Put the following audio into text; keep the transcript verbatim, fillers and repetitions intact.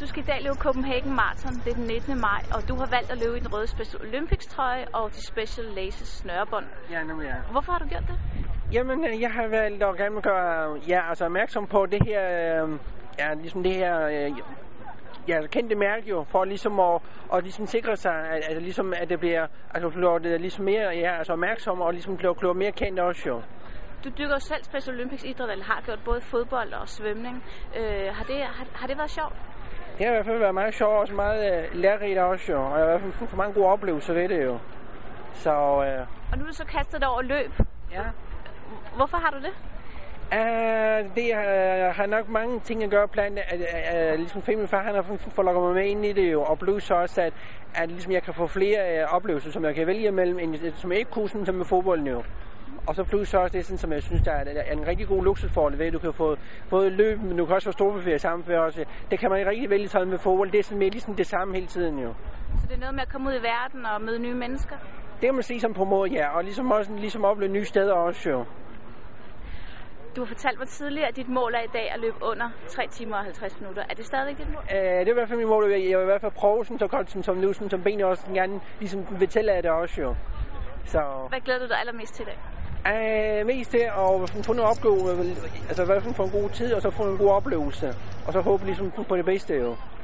Du skal i dag løbe Copenhagen Marathon, det er den nittende maj, og du har valgt at løbe i den røde Special Olympics trøje og de Special Laces snørebånd. Ja, nu ja. Hvorfor har du gjort det? Jamen, jeg har valgt at gerne gøre ja, altså opmærksom på det her, ja, ligesom det her, ja, kendte mærke jo, for ligesom at, og ligesom sikre sig, at, at, ligesom, at det bliver, altså, bliver ligesom mere, ja, altså opmærksom og ligesom bliver, bliver mere kendt også jo. Du dyrker selv Special Olympics idræt, eller har gjort både fodbold og svømning. Øh, har, det, har, har det været sjovt? Det har i hvert fald været meget sjovt og også meget uh, lærerigt også jo, og jeg har i hvert fald fået mange gode oplevelser ved det jo. Så, uh... Og nu er du så kastet dig over løb. Ja. Hvorfor har du det? Uh, det uh, har nok mange ting at gøre blandt, at uh, uh, ligesom min far, han har fået lukket mig med ind i det jo, og plus også, at, at ligesom jeg kan få flere uh, oplevelser, som jeg kan vælge mellem, en, som ikke kunne, sådan som med fodbolden jo. Og så plus også det, sådan, som jeg synes, der er, er en rigtig god luksusfordel ved, at du kan få både løb, men du kan også få storbevægelser sammen også. Det kan man ikke rigtig vælge sådan med fodbold. Det er sådan mere ligesom det samme hele tiden jo. Så det er noget med at komme ud i verden og møde nye mennesker? Det kan man sige som på måde, ja. Og ligesom også ligesom opleve nye steder også jo. Du har fortalt mig tidligere, at dit mål er i dag at løbe under tre timer og halvtreds minutter. Er det stadigvæk dit mål? Uh, det er i hvert fald mit mål. Jeg vil i hvert fald prøve sådan så godt som, som nu, sådan, som benene også gerne ligesom vil tælle af det også jo. Så... Hvad glæder du dig allermest til i dag? Uh, mest til at få noget oplevelse, altså i hvert fald få en god tid, og så få en god oplevelse, og så håbe ligesom på det bedste jo.